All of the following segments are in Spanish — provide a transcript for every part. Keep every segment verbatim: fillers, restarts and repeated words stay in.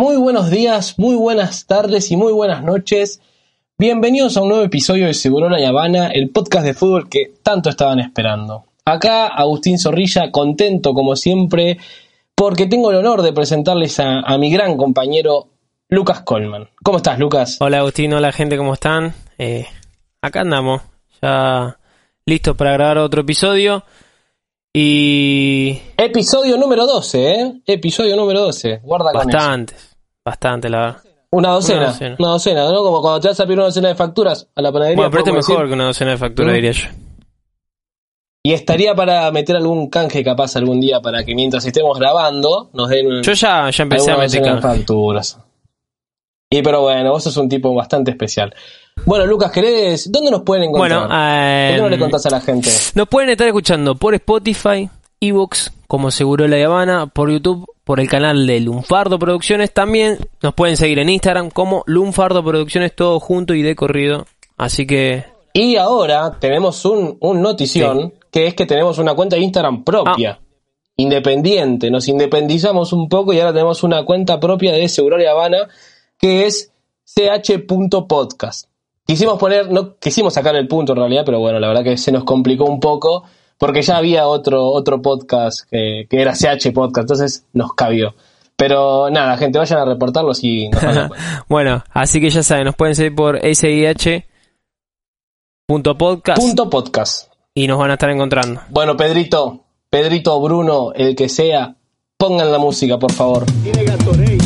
Muy buenos días, muy buenas tardes y muy buenas noches. Bienvenidos a un nuevo episodio de Segurola y Habana, el podcast de fútbol que tanto estaban esperando. Acá Agustín Zorrilla, contento como siempre, porque tengo el honor de presentarles a, a mi gran compañero Lucas Colman. ¿Cómo estás, Lucas? Hola Agustín, hola gente, ¿cómo están? Eh, acá andamos, ya listos para grabar otro episodio. Y... Episodio número doce, ¿eh? Episodio número doce. Guarda con eso. Bastantes, bastante, la verdad. Una docena, una docena, una docena, ¿no? Como cuando te vas a pedir una docena de facturas a la panadería. Bueno, pero este es mejor decir, que una docena de facturas, ¿Mm? diría yo. Y estaría para meter algún canje capaz algún día para que mientras estemos grabando nos den un, Yo ya, ya empecé a meter canje. Facturas. Y pero bueno, vos sos un tipo bastante especial. Bueno, Lucas, ¿querés? ¿Dónde nos pueden encontrar? Bueno, eh, ¿por qué no le contás a la gente? Nos pueden estar escuchando por Spotify, iVoox, como Segurola y Habana, por YouTube, por el canal de Lunfardo Producciones. También nos pueden seguir en Instagram como Lunfardo Producciones, todo junto y de corrido. Así que... Y ahora tenemos un, un notición, sí, que es que tenemos una cuenta de Instagram propia, ah. independiente. Nos independizamos un poco y ahora tenemos una cuenta propia de Segurola y Habana, que es c h punto podcast. Quisimos poner, no quisimos sacar el punto en realidad, pero bueno, la verdad que se nos complicó un poco, porque ya había otro otro podcast que, que era C H Podcast, entonces nos cabió. Pero nada, gente, vayan a reportarlos y nos van a poner. Bueno, así que ya saben, nos pueden seguir por s i h punto podcast. Punto podcast. Y nos van a estar encontrando. Bueno, Pedrito, Pedrito, Bruno, el que sea, pongan la música, por favor. Tiene Gatorade.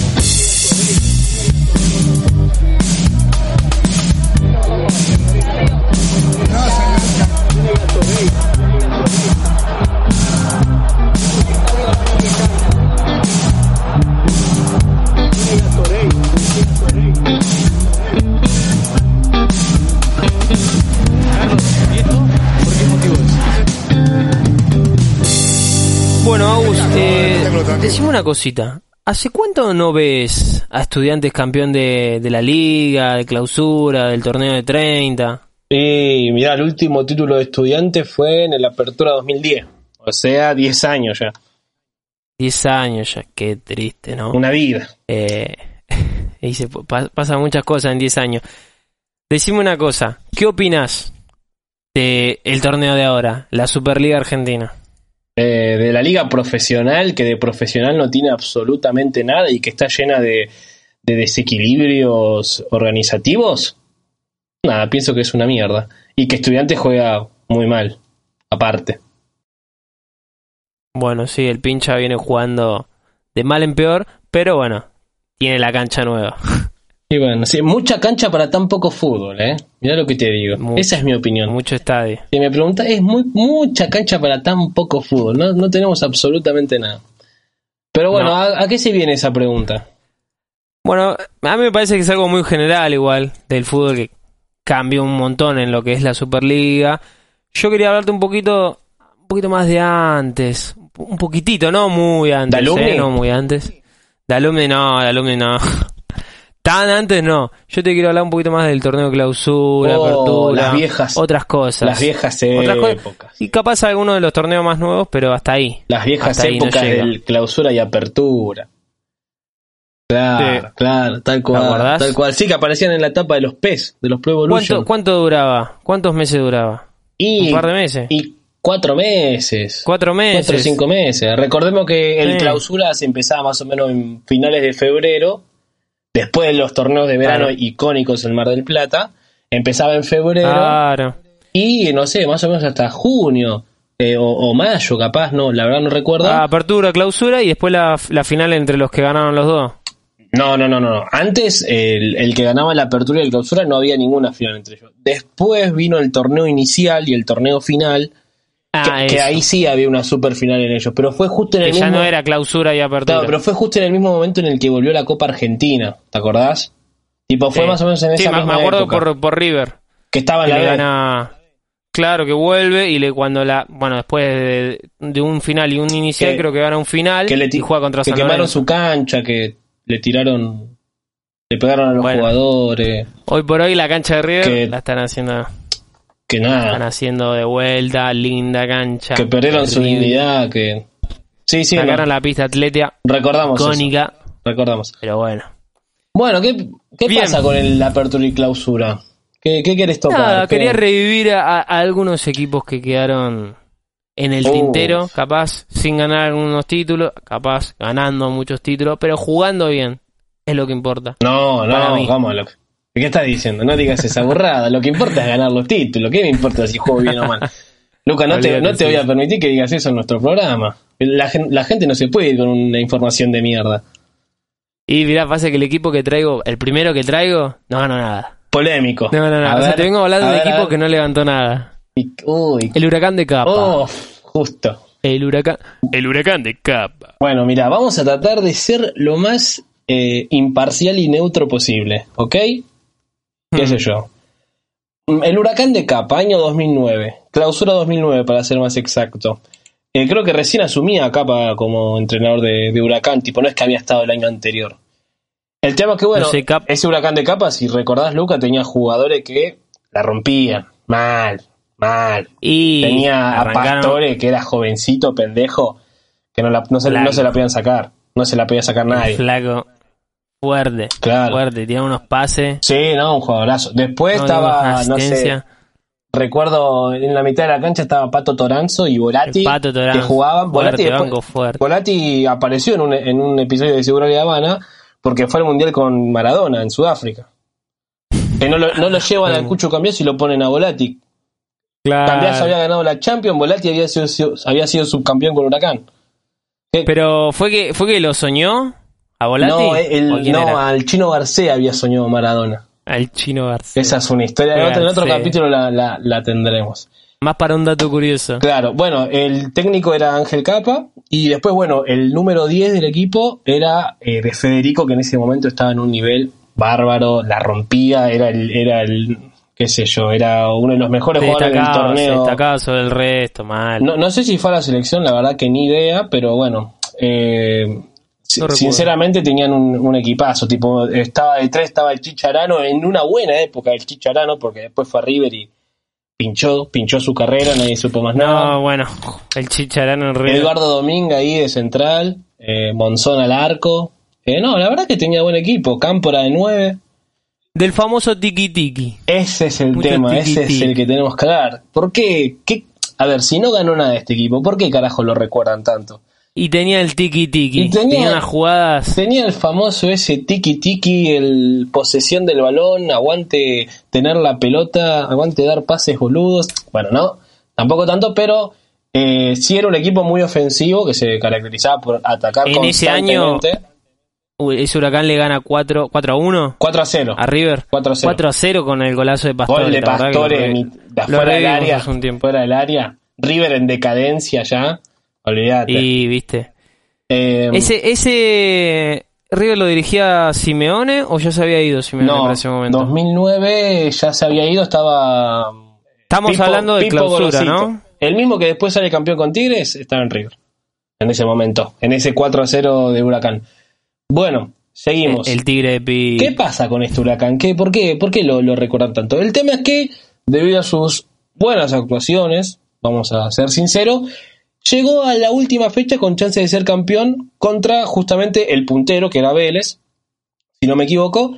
Bueno, Agus, eh, decime una cosita. ¿Hace cuánto no ves a Estudiantes campeón de, de la Liga, de Clausura, del torneo de treinta? Y mirá, el último título de Estudiantes fue en el Apertura dos mil diez. O sea, diez años ya. diez años ya, qué triste, ¿no? Una vida. Eh, y se pa- pasan muchas cosas en diez años. Decime una cosa, ¿qué opinas de el torneo de ahora, la Superliga Argentina? Eh, de la liga profesional, que de profesional no tiene absolutamente nada y que está llena de, de desequilibrios organizativos. Nada, pienso que es una mierda. Y que Estudiantes juega muy mal, aparte. Bueno, sí, el pincha viene jugando de mal en peor, pero bueno, tiene la cancha nueva. Y bueno, sí, mucha cancha para tan poco fútbol, ¿eh? Mirá lo que te digo. Mucho, esa es mi opinión. Mucho estadio. Si me preguntas, es muy mucha cancha para tan poco fútbol. No, no tenemos absolutamente nada. Pero bueno, no. ¿a, ¿a qué se viene esa pregunta? Bueno, a mí me parece que es algo muy general igual del fútbol, que cambió un montón en lo que es la Superliga. Yo quería hablarte un poquito, un poquito más de antes. Un poquitito, no muy antes. ¿De Alumni? ¿eh? No muy antes. De Alumni no, de Alumni no. Tan antes no. Yo te quiero hablar un poquito más del torneo de Clausura, oh, Apertura, las viejas, otras cosas. Las viejas épocas. Y capaz algunos de los torneos más nuevos, pero hasta ahí. Las viejas hasta épocas no del Clausura y Apertura. Claro, sí. Claro, tal cual. Tal cual. Sí, que aparecían en la etapa de los P E S, de los Pro Evolution. ¿Cuánto, ¿Cuánto duraba? ¿Cuántos meses duraba? Y, ¿Un par de meses? Y cuatro meses. Cuatro meses. Cuatro o cinco meses. Recordemos que el sí. Clausura se empezaba más o menos en finales de febrero. Después de los torneos de verano claro. icónicos en Mar del Plata, empezaba en febrero claro. y no sé, más o menos hasta junio eh, o, o mayo, capaz, no, la verdad no recuerdo. Ah, apertura, Clausura y después la, la final entre los que ganaron los dos. No, no, no, no. Antes el, el que ganaba la apertura y el Clausura no había ninguna final entre ellos. Después vino el torneo inicial y el torneo final. Ah, que, que ahí sí había una super final en ellos, pero fue justo en el que mismo... ya no era Clausura y Apertura. Claro, pero fue justo en el mismo momento en el que volvió la Copa Argentina, ¿te acordás? Tipo, fue sí. más o menos en esa sí, misma me acuerdo época. por, por River. Que estaba en la le gana... Claro, que vuelve y le cuando la... Bueno, después de, de un final y un inicial, que, creo que gana un final que le ti- y juega contra que San quemaron Lorenzo. Su cancha, que le tiraron... Le pegaron a los bueno, jugadores. Hoy por hoy la cancha de River que, la están haciendo... Que nada. Están haciendo de vuelta, linda cancha. Que perdieron su dignidad, que... Sí, sí. Sacaron no. la pista atlética. Recordamos icónica. eso. recordamos. Pero bueno. Bueno, ¿qué, qué pasa con el, la apertura y clausura? ¿Qué, qué querés tocar? Nada, ¿Qué? quería revivir a, a algunos equipos que quedaron en el Uh. tintero, capaz sin ganar algunos títulos, capaz ganando muchos títulos, pero jugando bien, es lo que importa. No, Para no, mí. vamos, lo, ¿qué estás diciendo? No digas esa burrada, lo que importa es ganar los títulos, ¿qué me importa si juego bien o mal? Luca, no te, no te voy a permitir que digas eso en nuestro programa. La, la gente no se puede ir con una información de mierda. Y mirá, pasa que el equipo que traigo, el primero que traigo, no ganó nada. Polémico. No ganó nada. A O sea, ver, te vengo hablando a de un ver, equipo a ver. que no levantó nada. Y- Uy, El Huracán de Capa. oh, justo. El huracán. El Huracán de Capa. Bueno, mira, vamos a tratar de ser lo más eh, imparcial y neutro posible, ¿ok? ¿Qué sé yo? El Huracán de Capa, año dos mil nueve, clausura dos mil nueve para ser más exacto. Eh, creo que recién asumía a Capa como entrenador de, de Huracán, tipo, no es que había estado el año anterior. El tema es que, bueno, No sé, Cap- ese Huracán de Capa, si recordás, Luca, tenía jugadores que la rompían, mal, mal. Y Tenía a arrancaron- Pastore, que era jovencito, pendejo, que no, la, no, se, Flaco. no se la podían sacar, no se la podía sacar el nadie. flaco. Fuerte. Claro. Fuerte. Tiene unos pases. Sí, no, un jugadorazo. Después no, estaba, una no sé, asistencia. recuerdo en la mitad de la cancha estaba Pato Toranzo y Volati, El Pato Toranzo, que jugaban. fuerte, Volati, después- banco fuerte. Volati apareció en un, en un episodio de Seguro de Habana porque fue al Mundial con Maradona en Sudáfrica. Que no lo, no lo llevan al Cucho Cambiaso y lo ponen a Volati. Claro. Cambiaso había ganado la Champions, Volati había sido, sido- había sido subcampeón con Huracán. ¿Qué? Pero fue que fue que lo soñó a Volati. no, el- ¿O quién no era? al Chino García había soñado Maradona. Al Chino García. Esa es una historia. En otro, en otro García. capítulo la, la, la tendremos. Más para un dato curioso. Claro, bueno, el técnico era Ángel Capa y después, bueno, el número diez del equipo era eh, de Federico, que en ese momento estaba en un nivel bárbaro, la rompía, era el, era el qué sé yo, era uno de los mejores Se jugadores del destacaba, se torneo. destacaba sobre el resto, mal. No, no sé si fue a la selección, la verdad que ni idea, pero bueno, eh, si- No recuerdo. sinceramente tenían un, un equipazo, tipo, estaba de tres, estaba el Chicharano, en una buena época el Chicharano, porque después fue a River y pinchó, pinchó su carrera, nadie supo más nada. No, bueno, el Chicharano en River. Eduardo Domínguez ahí de central, eh, Monzón al arco. Eh, no, la verdad que tenía buen equipo. Cámpora de nueve. Del famoso tiki tiki. Ese es el Mucho tema, ese tiki-tiki. es el que tenemos que hablar. ¿Por qué? ¿Qué? A ver, si no ganó nada este equipo, ¿por qué carajo lo recuerdan tanto? Y tenía el tiki tiki. Y tenía- tenía unas jugadas. Tenía el famoso ese tiki-tiki, el posesión del balón, aguante tener la pelota, aguante dar pases boludos. Bueno, no, tampoco tanto, pero eh, sí era un equipo muy ofensivo que se caracterizaba por atacar En ese año- constantemente. Uy, ese Huracán le gana cuatro a uno cuatro a cero. a River. cuatro a cero. cuatro a cero con el golazo de Pastore. Gol de la verdad que Pastore lo re- mi- de lo afuera del revivimos área. hace un tiempo. Fuera del área. River en decadencia ya. Olvídate. Y viste. Eh, Ese, ese River lo dirigía Simeone o ya se había ido Simeone no, para ese momento. dos mil nueve ya se había ido, estaba. Estamos Pipo- hablando de Pipo clausura, Gorosito. ¿no? El mismo que después sale campeón con Tigres estaba en River. En ese momento. En ese cuatro a cero de Huracán. Bueno, seguimos. El, el Tigre de Pi. ¿Qué pasa con este Huracán? ¿Qué, ¿Por qué, por qué lo, lo recuerdan tanto? El tema es que, debido a sus buenas actuaciones, vamos a ser sinceros, llegó a la última fecha con chance de ser campeón contra justamente el puntero, que era Vélez, si no me equivoco,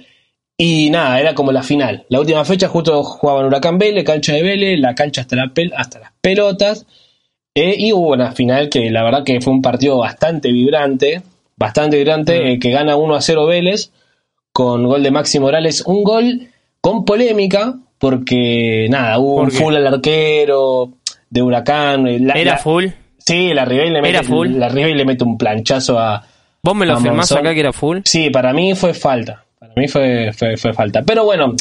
y nada, era como la final. La última fecha justo jugaban Huracán Vélez, cancha de Vélez, la cancha hasta, la pel- hasta las pelotas, eh, y hubo una final que la verdad que fue un partido bastante vibrante, bastante vibrante, Mm. eh, que gana uno a cero Vélez, con gol de Maxi Morales, un gol con polémica, porque nada, hubo ¿Por un qué? full al arquero de Huracán. eh, la- Era la- full. Sí, la Ribey le mete, Era full. la Ribey le mete un planchazo a... ¿Vos me lo a afirmás Monzón. acá que era full? Sí, para mí fue falta. Para mí fue, fue, fue falta. Pero bueno,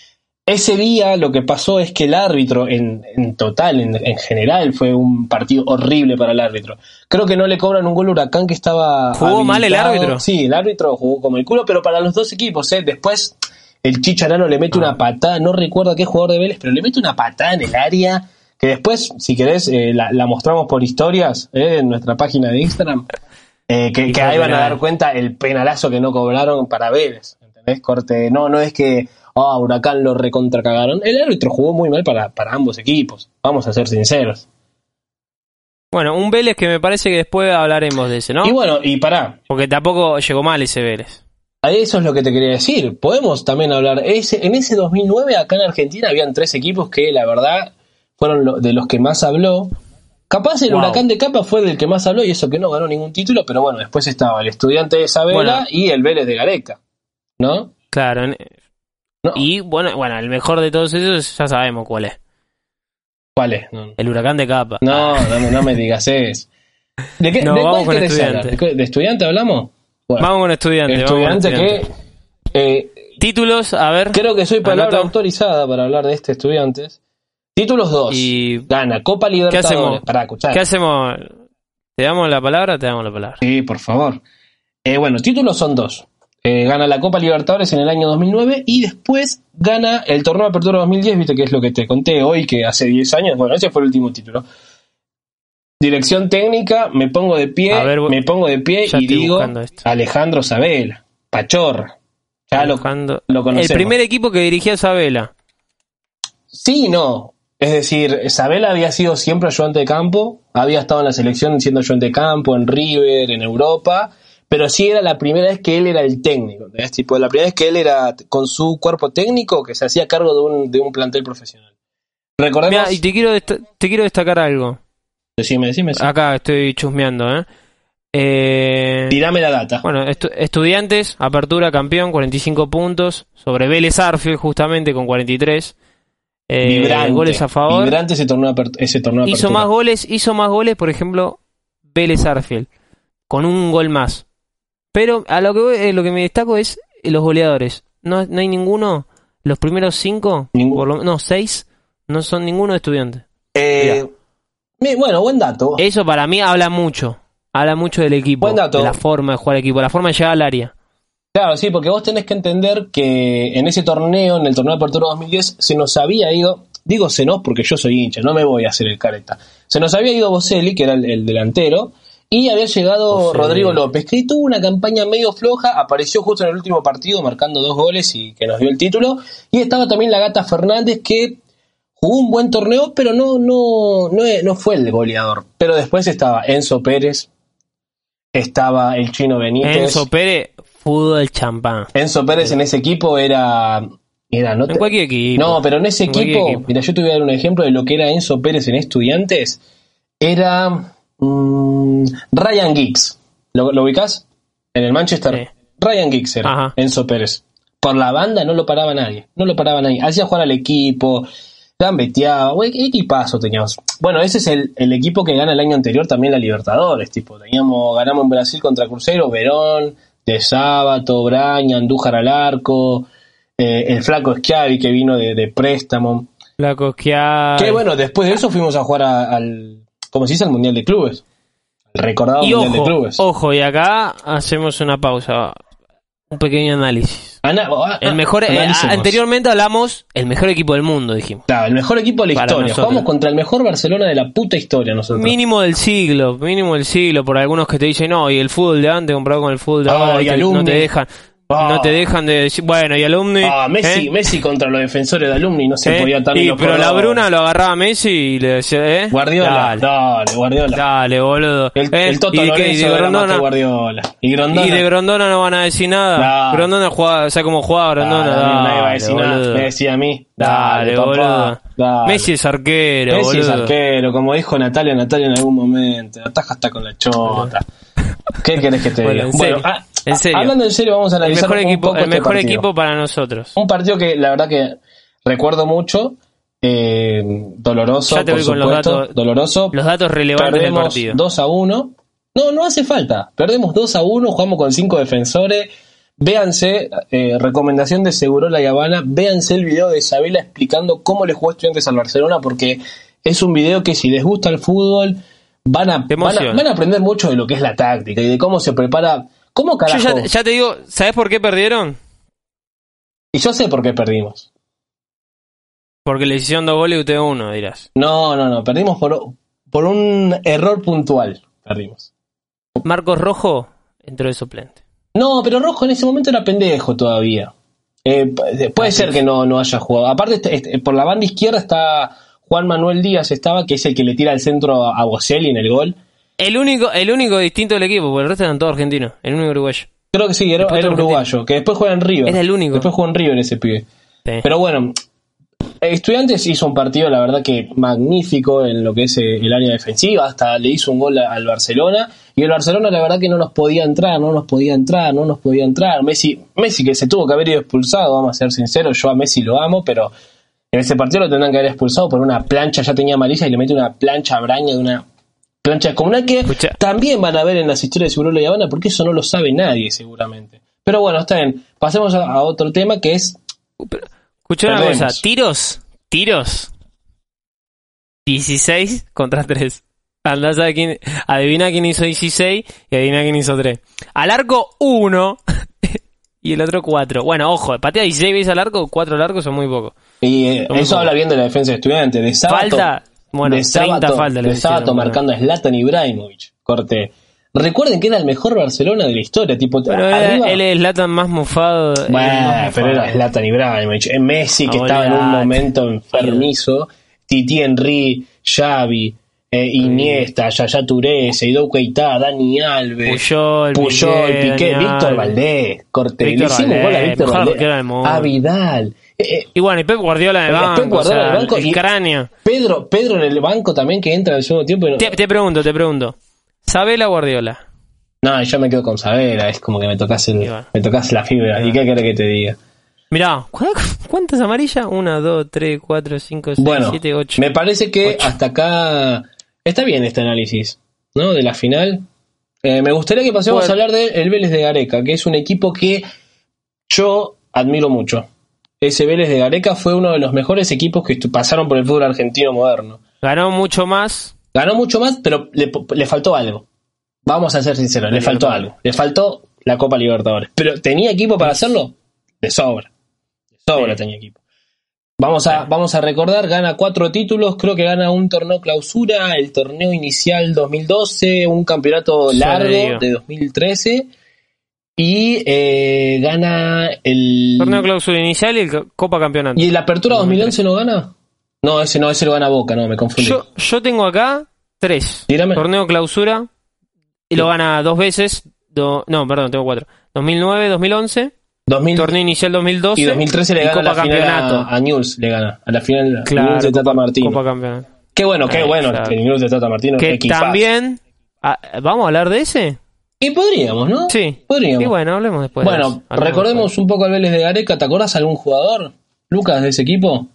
ese día lo que pasó es que el árbitro, en, en total, en, en general, fue un partido horrible para el árbitro. Creo que no le cobran un gol a Huracán que estaba. ¿Jugó mal el habilitado. árbitro? Sí, el árbitro jugó como el culo, pero para los dos equipos, ¿eh? Después el Chicharano le mete Ah. una patada, no recuerdo a qué jugador de Vélez, pero le mete una patada en el área. Que después, si querés, eh, la, la mostramos por historias eh, en nuestra página de Instagram. Eh, que, que ahí van a dar cuenta el penalazo que no cobraron para Vélez. ¿Entendés? Corte, no, no es que oh, Huracán lo recontracagaron. El árbitro jugó muy mal para, para ambos equipos. Vamos a ser sinceros. Bueno, un Vélez que me parece que después hablaremos de ese, ¿no? Y bueno, y pará. Porque tampoco llegó mal ese Vélez. Eso es lo que te quería decir. Podemos también hablar. Ese, en ese dos mil nueve, acá en Argentina, habían tres equipos que, la verdad, fueron lo, de los que más habló. Capaz el wow. Huracán de Capa fue del que más habló, y eso que no ganó ningún título, pero bueno, después estaba el Estudiante de Isabela bueno, y el Vélez de Gareca, ¿no? Claro. No. Y bueno, bueno, el mejor de todos esos ya sabemos cuál es. ¿Cuál es? No. El Huracán de Capa. No, no, no me digas eso. ¿De qué? No, ¿De vamos cuál con querés Estudiante. hablar? ¿De, ¿De Estudiante hablamos? Bueno, vamos con Estudiante. Estudiante con estudiante. que... Eh, Títulos, a ver. Creo que soy palabra anoto. autorizada para hablar de este Estudiantes. Títulos dos. Y... Gana Copa Libertadores. ¿Qué hacemos? Para escuchar. ¿Qué hacemos? ¿Te damos la palabra o te damos la palabra? Sí, por favor. Eh, bueno, títulos son dos. Eh, gana la Copa Libertadores en el año dos mil nueve y después gana el Torneo de Apertura dos mil diez, viste que es lo que te conté hoy, que hace diez años, bueno, ese fue el último título. Dirección técnica, me pongo de pie, ver, me pongo de pie y digo Alejandro Sabela, Pachorra. Ya lo, lo conocemos. El primer equipo que dirigía Sabela. Sí y no. Es decir, Sabela había sido siempre ayudante de campo, había estado en la selección siendo ayudante de campo, en River, en Europa, pero sí era la primera vez que él era el técnico. ¿Entendés? Tipo, la primera vez que él era con su cuerpo técnico que se hacía cargo de un, de un plantel profesional. Recordemos... Mirá, y te quiero, dest- te quiero destacar algo. Decime, decime. decime. Acá estoy chusmeando, ¿eh? eh Tirame la data. Bueno, estu- Estudiantes, apertura campeón, cuarenta y cinco puntos, sobre Vélez Sarsfield justamente con cuarenta y tres. Eh, vibrante, goles a favor. Vibrante ese torneo, apert- ese torneo de hizo apertura. más goles, hizo más goles, por ejemplo, Vélez Sarsfield, con un gol más. Pero a lo que voy, eh, lo que me destaco es los goleadores. No, no hay ninguno, los primeros cinco, por lo, no, seis, no son ninguno de Estudiantes. Eh, bueno, buen dato. Eso para mí habla mucho. Habla mucho del equipo, buen dato. De la forma de jugar el equipo, la forma de llegar al área. Claro, sí, porque vos tenés que entender que en ese torneo, en el torneo de apertura dos mil diez, se nos había ido, digo se nos porque yo soy hincha, no me voy a hacer el careta, se nos había ido Boselli, que era el, el delantero, y había llegado Boselli. Rodrigo López, que tuvo una campaña medio floja, apareció justo en el último partido marcando dos goles y que nos dio el título, y estaba también la Gata Fernández, que jugó un buen torneo, pero no, no, no, no fue el goleador. Pero después estaba Enzo Pérez, estaba el Chino Benítez. Enzo Pérez, fútbol champán. Enzo Pérez en ese equipo era... era no te... En cualquier equipo. No, pero en ese en equipo, equipo, mira, yo te voy a dar un ejemplo de lo que era Enzo Pérez en Estudiantes. Era mmm, Ryan Giggs. ¿Lo, ¿Lo ubicás? En el Manchester. Sí. Ryan Giggs era Ajá. Enzo Pérez. Por la banda no lo paraba nadie. No lo paraba nadie. Hacía jugar al equipo... gambeteaba, güey, qué equipazo teníamos. Bueno, ese es el, el equipo que gana el año anterior también la Libertadores, tipo, teníamos, ganamos en Brasil contra Cruzeiro, Verón, De Sábato, Braña, Andújar al arco, eh, el Flaco Schiavi que vino de, de préstamo. Flaco Schiavi. Que bueno, después de eso fuimos a jugar a, al, ¿cómo se dice? Al Mundial de Clubes. El recordado y Mundial ojo, de Clubes. Ojo, y acá hacemos una pausa. Un pequeño análisis. Ana, ah, el mejor eh, anteriormente hablamos el mejor equipo del mundo, dijimos. Claro, el mejor equipo de la Para historia. Nosotros. Jugamos contra el mejor Barcelona de la puta historia nosotros. Mínimo del siglo, mínimo del siglo, por algunos que te dicen, no, y el fútbol de antes comparado con el fútbol de ahora, oh, y no te dejan. Oh. No te dejan de decir, bueno, y Alumni. Ah, Messi, ¿eh? Messi contra los defensores de Alumni no se ¿Eh? podía tan y, Pero la Bruna lo agarraba a Messi y le decía, ¿eh? Guardiola, dale, dale Guardiola. Dale, boludo. El, ¿Eh? el Toto y, Lorenzo y de Grondona, Guardiola. Y Grondona. Y de Grondona no van a decir nada. No. Grondona juega, o sea, cómo jugaba Grondona. Dale, dale, nadie va a decir boludo. nada. Me decía a mí. Dale, dale boludo. Dale. Messi es arquero, Messi boludo. es arquero, como dijo Natalia, Natalia en algún momento. Ataja hasta con la chota. ¿Qué querés que te diga? Bueno, en serio, bueno, ah, en serio. Hablando en serio, vamos a analizar el mejor un equipo, poco el mejor este equipo para nosotros. Un partido que la verdad que recuerdo mucho, eh, doloroso, ya te por voy con supuesto, los datos, doloroso. Los datos relevantes Perdemos del partido. dos a uno. No, no hace falta. Perdemos dos a uno, jugamos con cinco defensores. Véanse, eh, recomendación de Segurola y Habana, véanse el video de Isabela explicando cómo le jugó Estudiantes al Barcelona, porque es un video que si les gusta el fútbol van a, van a, van a aprender mucho de lo que es la táctica y de cómo se prepara. ¿Cómo carajo? Yo ya, ya te digo, ¿sabes por qué perdieron? Y yo sé por qué perdimos. Porque le hicieron dos goles y usted uno, dirás. No, no, no, perdimos por, por un error puntual. Perdimos. Marcos Rojo entró de suplente. No, pero Rojo en ese momento era pendejo todavía. Eh, puede ah, ser sí. que no, no haya jugado. Aparte, este, este, por la banda izquierda está Juan Manuel Díaz estaba, que es el que le tira el centro a Boselli en el gol. El único, el único distinto del equipo, porque el resto eran todos argentinos. El único uruguayo. Creo que sí, era, era uruguayo, que después juega en River. Era el único. Después juega en River ese pibe. Sí. Pero bueno, Estudiantes hizo un partido, la verdad que magnífico en lo que es el área defensiva, hasta le hizo un gol al Barcelona, y el Barcelona la verdad que no nos podía entrar, no nos podía entrar, no nos podía entrar. Messi, Messi que se tuvo que haber ido expulsado, vamos a ser sinceros, yo a Messi lo amo, pero en ese partido lo tendrán que haber expulsado por una plancha, ya tenía amarilla y le mete una plancha a Braña de una plancha descomunal que Escucha. También van a ver en las historias de Segurola y Habana, porque eso no lo sabe nadie seguramente. Pero bueno, está bien, pasemos a, a otro tema que es... Pero... Escucha una cosa, tiros, tiros, dieciséis contra tres. Andá, sabe quién, adivina quién hizo dieciséis y adivina quién hizo tres. Al arco uno y el otro cuatro. Bueno, ojo, patea dieciséis veces al arco, cuatro al arco son muy pocos. Y eh, eso poco. Habla bien de la defensa de Estudiantes. De Sábato, falta, bueno, de Sábato, treinta falta. De Sábato marcando a Zlatan Ibrahimovic, corte. Recuerden que era el mejor Barcelona de la historia, tipo, pero arriba, él es Zlatan más mofado. Bueno, más pero mofado. Era Zlatan Ibrahimovic, Messi que ah, estaba en un momento enfermizo, Titi Henry, Xavi, eh, Iniesta, Yaya Touré, Seydou Keita, Dani Alves, Puyol, Puyol Piqué, Piqué Dani Víctor Alves. Valdés, Corte, Víctor le hicimos Valdés, gol a Víctor Valdés, a Vidal. Eh, y bueno, y Pep Guardiola en el banco, Pep Guardiola en el banco, el cráneo. Pedro, Pedro en el banco también que entra al segundo tiempo. Y no... te, te pregunto, te pregunto. ¿Sabela Guardiola? No, yo me quedo con Savera, es como que me tocas el, bueno. me tocas la fibra. ¿Y qué querés que te diga? Mirá, ¿cuántas amarillas? Una, dos, tres, cuatro, cinco, seis, bueno, siete, ocho. Me parece que ocho. Hasta acá está bien este análisis, ¿no? De la final. Eh, me gustaría que pasemos bueno. a hablar del Vélez de Gareca, que es un equipo que yo admiro mucho. Ese Vélez de Gareca fue uno de los mejores equipos que pasaron por el fútbol argentino moderno. Ganó mucho más. Ganó mucho más, pero le, le faltó algo. Vamos a ser sinceros, le faltó algo. Le faltó la Copa Libertadores. Pero ¿tenía equipo para hacerlo? De sobra. De sobra sí. Tenía equipo. Vamos a, sí. vamos a recordar, gana cuatro títulos, creo que gana un torneo clausura, el torneo inicial dos mil doce, un campeonato largo de dos mil trece y eh, gana el... Torneo clausura inicial y el Copa Campeonato. ¿Y la apertura dos mil once no gana? No, ese no, ese lo gana Boca, no, me confundí. Yo, yo tengo acá tres. Dígame. Torneo clausura... Y lo gana dos veces. Do, no, perdón, tengo cuatro. dos mil nueve, dos mil once. dos mil, torneo inicial dos mil doce. Y dos mil trece le gana la final a, a Newell's. Le gana a la final claro, Newell's de Tata Martino. Copa Campeonato. Qué bueno, qué Ay, bueno. Claro. El Newell's de Tata Martino. Que equipazo. También. Ah, ¿vamos a hablar de ese? Y podríamos, ¿no? Sí. Podríamos. Y bueno, hablemos después. Bueno, de recordemos después. un poco al Vélez de Gareca. ¿Te acordás algún jugador, Lucas, de ese equipo?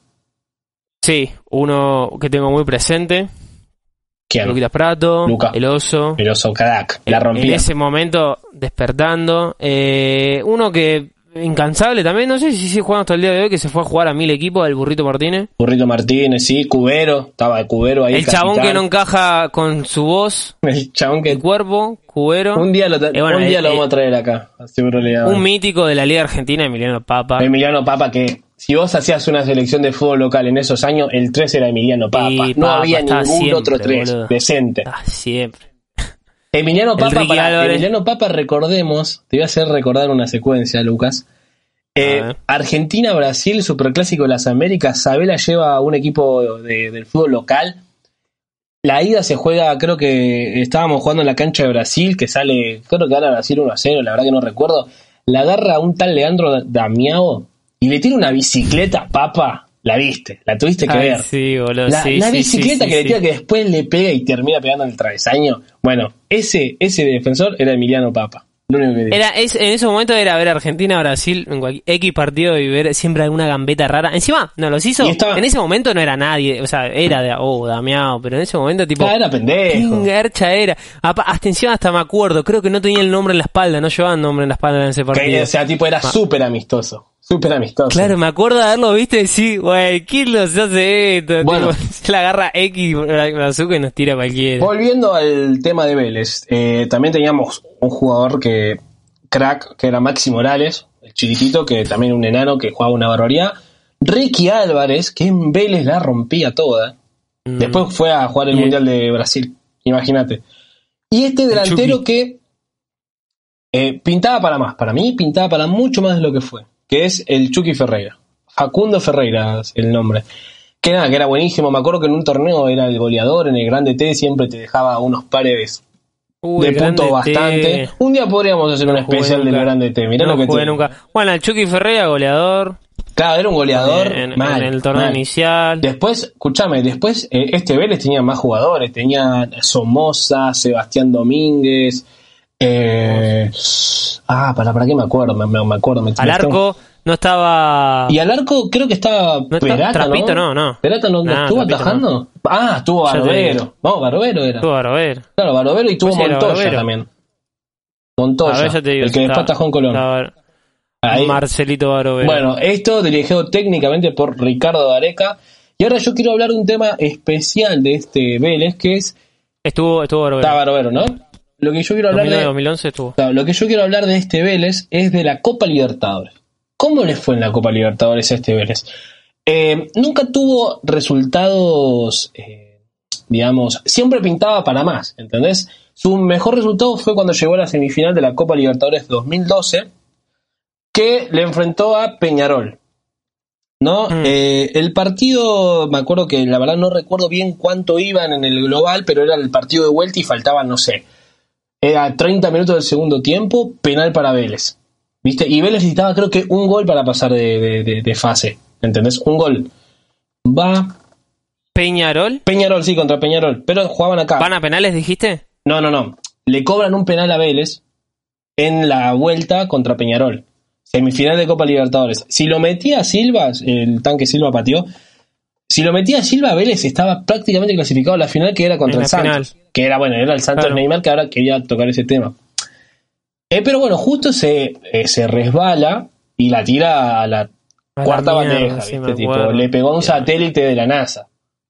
Sí, uno que tengo muy presente. ¿Quién? Luquitas Prato, Luca. el oso. El oso crack, la rompía. En ese momento, despertando. Eh, uno que, incansable también, no sé si sigue jugando hasta el día de hoy, que se fue a jugar a mil equipos, el Burrito Martínez. Burrito Martínez, sí, Cubero, estaba de Cubero ahí. El chabón capitán. Que no encaja con su voz, el chabón que... el cuerpo, Cubero. Un día lo, tra- eh, bueno, un día el, lo vamos a traer acá. Seguro le un mítico de la Liga Argentina, Emiliano Papa. Emiliano Papa que... Si vos hacías una selección de fútbol local en esos años, el tres era Emiliano Papa. Y no Papa, había ningún siempre, otro tres boludo. Decente. Ah, siempre. Emiliano Papa, para, Emiliano Papa, recordemos, te voy a hacer recordar una secuencia, Lucas. Eh, Argentina-Brasil, Superclásico de las Américas. Sabela lleva a un equipo de, del fútbol local. La ida se juega, creo que estábamos jugando en la cancha de Brasil, que sale, creo que gana Brasil uno a cero, la verdad que no recuerdo. La agarra un tal Leandro Damiao y le tira una bicicleta, Papa, la viste, la tuviste que Ay, ver. Sí, boludo, la, sí, la sí, bicicleta sí, que sí, le tira sí. que después le pega y termina pegando en el travesaño. Bueno, ese ese defensor era Emiliano Papa. Lo único que digo. Era, es, en ese momento era ver Argentina-Brasil en cualquier X partido y ver siempre alguna gambeta rara. Encima, no, los hizo. Estaba... En ese momento no era nadie. O sea, era de, oh, Damiao. Pero en ese momento, tipo. Ah, era pendejo. ¿Qué garcha era? Hasta encima, hasta me acuerdo. Creo que no tenía el nombre en la espalda. No llevaban nombre en la espalda en ese partido. Que, o sea, tipo, era súper amistoso. Súper amistoso. Claro, me acuerdo de haberlo visto y decir, güey, ¿quién los hace esto? Bueno, tipo, se la agarra X bazooka y nos tira cualquiera. Volviendo al tema de Vélez, eh, también teníamos un jugador que. Crack, que era Maxi Morales, el chiquitito, que también un enano que jugaba una barbaridad. Ricky Álvarez, que en Vélez la rompía toda. Mm. Después fue a jugar el Bien. Mundial de Brasil, imagínate. Y este delantero que eh, pintaba para más, para mí pintaba para mucho más de lo que fue, que es el Chucky Ferreira. Facundo Ferreira es el nombre. Que nada, que era buenísimo. Me acuerdo que en un torneo era el goleador, en el Grande T siempre te dejaba unos pares Uy, de puntos bastante. T. Un día podríamos hacer No un especial nunca. del Grande T. Mirá no lo que jugué tiene. nunca. Bueno, el Chucky Ferreira, goleador. Claro, era un goleador. En, en, mal, en el torneo mal. inicial. Después, escúchame, después eh, este Vélez tenía más jugadores. Tenía Somoza, Sebastián Domínguez. Eh, ah, para, para qué me acuerdo, me, me, me acuerdo. Me, Al me arco no estaba. Y al arco creo que estaba No está- Perata, Trapito, ¿no? no, no. Perata no, no Nah, estuvo Trapito atajando. no. Ah, estuvo Ya te Barovero. digo. No, Barovero era. Estuvo a ver. Claro, Barovero y tuvo Pues sí, era Montoya Barovero. también. Montoya, A ver, ya te digo, el que si después estaba- atajó en Colón. estaba Ahí. Marcelito Barovero. Bueno, esto dirigido técnicamente por Ricardo Gareca. Y ahora yo quiero hablar de un tema especial de este Vélez, que es... Estuvo, estuvo Barovero. Está Barovero, ¿no? Lo que yo quiero hablar dos mil nueve, de... dos mil once estuvo. Claro, lo que yo quiero hablar de este Vélez es de la Copa Libertadores. ¿Cómo les fue en la Copa Libertadores a este Vélez? Eh, nunca tuvo resultados, eh, digamos, siempre pintaba para más, ¿entendés? Su mejor resultado fue cuando llegó a la semifinal de la Copa Libertadores dos mil doce, que le enfrentó a Peñarol, ¿no? Mm. Eh, el partido, me acuerdo que la verdad no recuerdo bien cuánto iban en el global, pero era el partido de vuelta y faltaban, no sé, era treinta minutos del segundo tiempo, penal para Vélez, ¿viste? Y Vélez necesitaba creo que un gol para pasar de, de, de, de fase, ¿entendés? Un gol. Va Peñarol. Peñarol, sí, contra Peñarol, pero jugaban acá. ¿Van a penales, dijiste? No, no, no. Le cobran un penal a Vélez en la vuelta contra Peñarol. Semifinal de Copa Libertadores. Si lo metía Silva, el tanque Silva pateó. Si lo metía Silva, Vélez estaba prácticamente clasificado a la final, que era contra En el la Santos. final. Que era, bueno, era el Santos Claro. Neymar, que ahora quería tocar ese tema. Eh, pero bueno, justo se, eh, se resbala y la tira a la A la cuarta mierda, bandeja, sí, ¿viste? me Tipo, acuerdo. le pegó a un Sí. satélite de la NASA.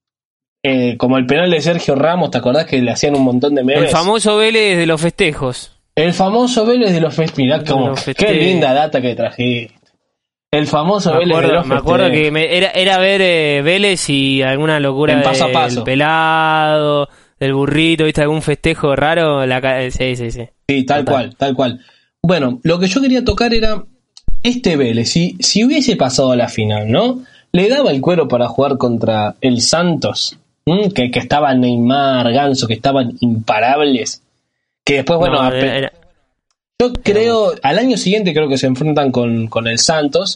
Eh, como el penal de Sergio Ramos, ¿te acordás que le hacían un montón de memes? El famoso Vélez de los festejos. El famoso Vélez de los festejos. Mirá De cómo, los qué festejos. linda data que trajiste. El famoso Me Vélez de acuerdo, los me acuerdo festejos. que me- era, era ver eh, Vélez y alguna locura En paso a del paso. pelado, del burrito, ¿viste? Algún festejo raro. La, ca- sí, sí, sí. Sí, tal Total. cual, tal cual. Bueno, lo que yo quería tocar era este Vélez. Si, si hubiese pasado a la final, ¿no? Le daba el cuero para jugar contra el Santos, ¿m? que, que estaban Neymar, Ganso, que estaban imparables. Que después, bueno, No, a pe- era- era- yo creo, al año siguiente creo que se enfrentan con, con el Santos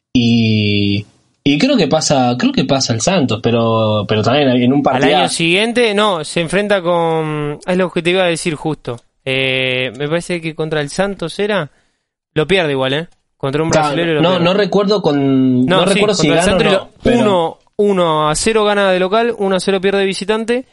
y, y creo que pasa, creo que pasa el Santos, pero, pero también en un al partido. año siguiente, no, se enfrenta con... Es lo que te iba a decir justo. Eh, me parece que contra el Santos era... Lo pierde igual, ¿eh? Contra un brasileño lo no, pierde. no recuerdo con, no, No, sí, recuerdo si contra el gana o Santos no, pero- uno, uno a cero gana de local, uno a cero pierde de visitante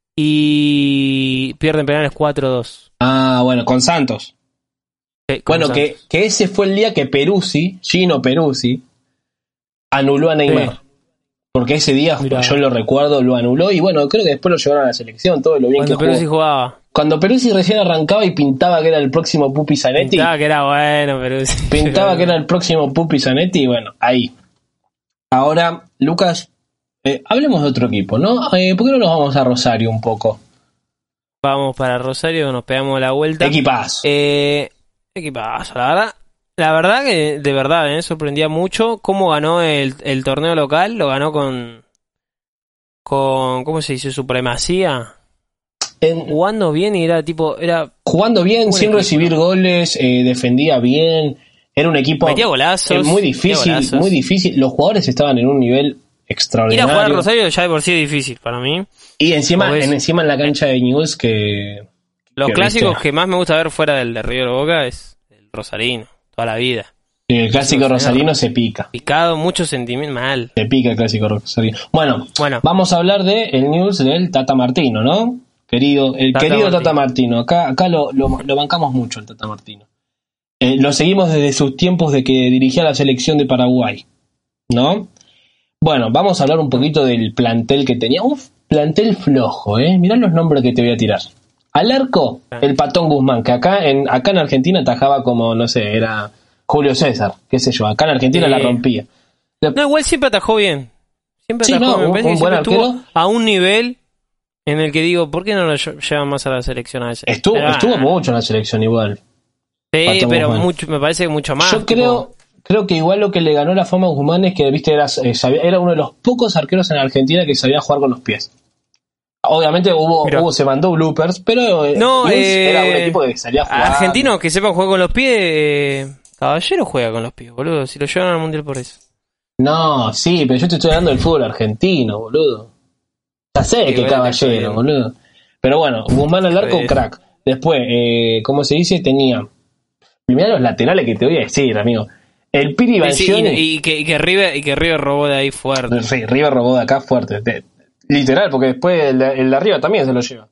y pierden penales cuatro a dos. Ah, bueno, con Santos. Eh, con Bueno, Santos. que, que ese fue el día que Peruzzi, Gino Peruzzi, anuló a Neymar. Sí. Porque ese día, Mirá. yo lo recuerdo, lo anuló y bueno, creo que después lo llevaron a la selección, todo lo bien Cuando que jugó. Peruzzi jugaba. Cuando Peruzzi recién arrancaba y pintaba que era el próximo Pupi Zanetti, Pintaba que era bueno, Peruzzi. pintaba que era el próximo Pupi Zanetti y bueno, ahí. Ahora, Lucas, eh, hablemos de otro equipo, ¿no? Eh, ¿Por qué no nos vamos a Rosario un poco? Vamos para Rosario, nos pegamos la vuelta. Equipazo. Eh, equipazo, la verdad. La verdad que de verdad me sorprendía mucho cómo ganó el, el torneo local. Lo ganó con, con ¿cómo se dice? Supremacía. En- Jugando bien y era tipo, era jugando bien, Buen sin equipo, recibir ¿no? goles, eh, defendía bien. Era un equipo metía golazos. eh, muy metía difícil, golazos. muy difícil. Los jugadores estaban en un nivel Ir a extraordinario. jugar a Rosario ya de por sí es difícil para mí. Y encima, Vos ves- en, encima en la cancha de Newell's que... Los que, clásicos viste, que más me gusta ver fuera del de River Boca es el Rosarino, toda la vida. el clásico rosarino se pica. Picado, mucho sentimiento, mal. Se pica el clásico rosarino. Bueno, Bueno. vamos a hablar de el Newell's del Tata Martino, ¿no? Querido, el Tata querido Martino. Tata Martino. Acá, acá lo, lo, lo bancamos mucho el Tata Martino. Eh, lo seguimos desde sus tiempos de que dirigía la selección de Paraguay, ¿no? Bueno, vamos a hablar un poquito del plantel que tenía. Un plantel flojo, ¿eh? Mirá los nombres que te voy a tirar. Al arco, el Patón Guzmán, que acá en, acá en Argentina atajaba como, no sé, era Julio César, qué sé yo. Acá en Argentina Sí. la rompía. No, igual siempre atajó bien. Siempre Sí, atajó no, bien. Me un- parece un que buen siempre estuvo arquero. a un nivel en el que digo, ¿por qué no lo lle- llevan más a la selección a ese? Estuvo, Pero, estuvo ah, mucho en la selección igual. Sí, Patón pero Guzmán. mucho, me parece que mucho más. Yo tipo, creo creo que igual lo que le ganó la fama a Guzmán es que, viste, era, eh, sabía, era uno de los pocos arqueros en Argentina que sabía jugar con los pies. Obviamente hubo, hubo se mandó bloopers, pero no, eh, era un equipo que salía a jugar. Argentino que sepa jugar con los pies, eh, Caballero juega con los pies, boludo. Si lo llevan al mundial por eso. No, sí, pero yo te estoy hablando del fútbol argentino, boludo. Ya sé que Caballero, boludo. Pero bueno, Guzmán al arco, crack. Después, eh, ¿cómo se dice? Tenía. Primero los laterales que te voy a decir, amigo. El Piri Banchioni. Sí, y, y, que, y, que River, y que River robó de ahí fuerte. Sí, River robó de acá fuerte. De, literal, porque después el, el de arriba también se lo lleva.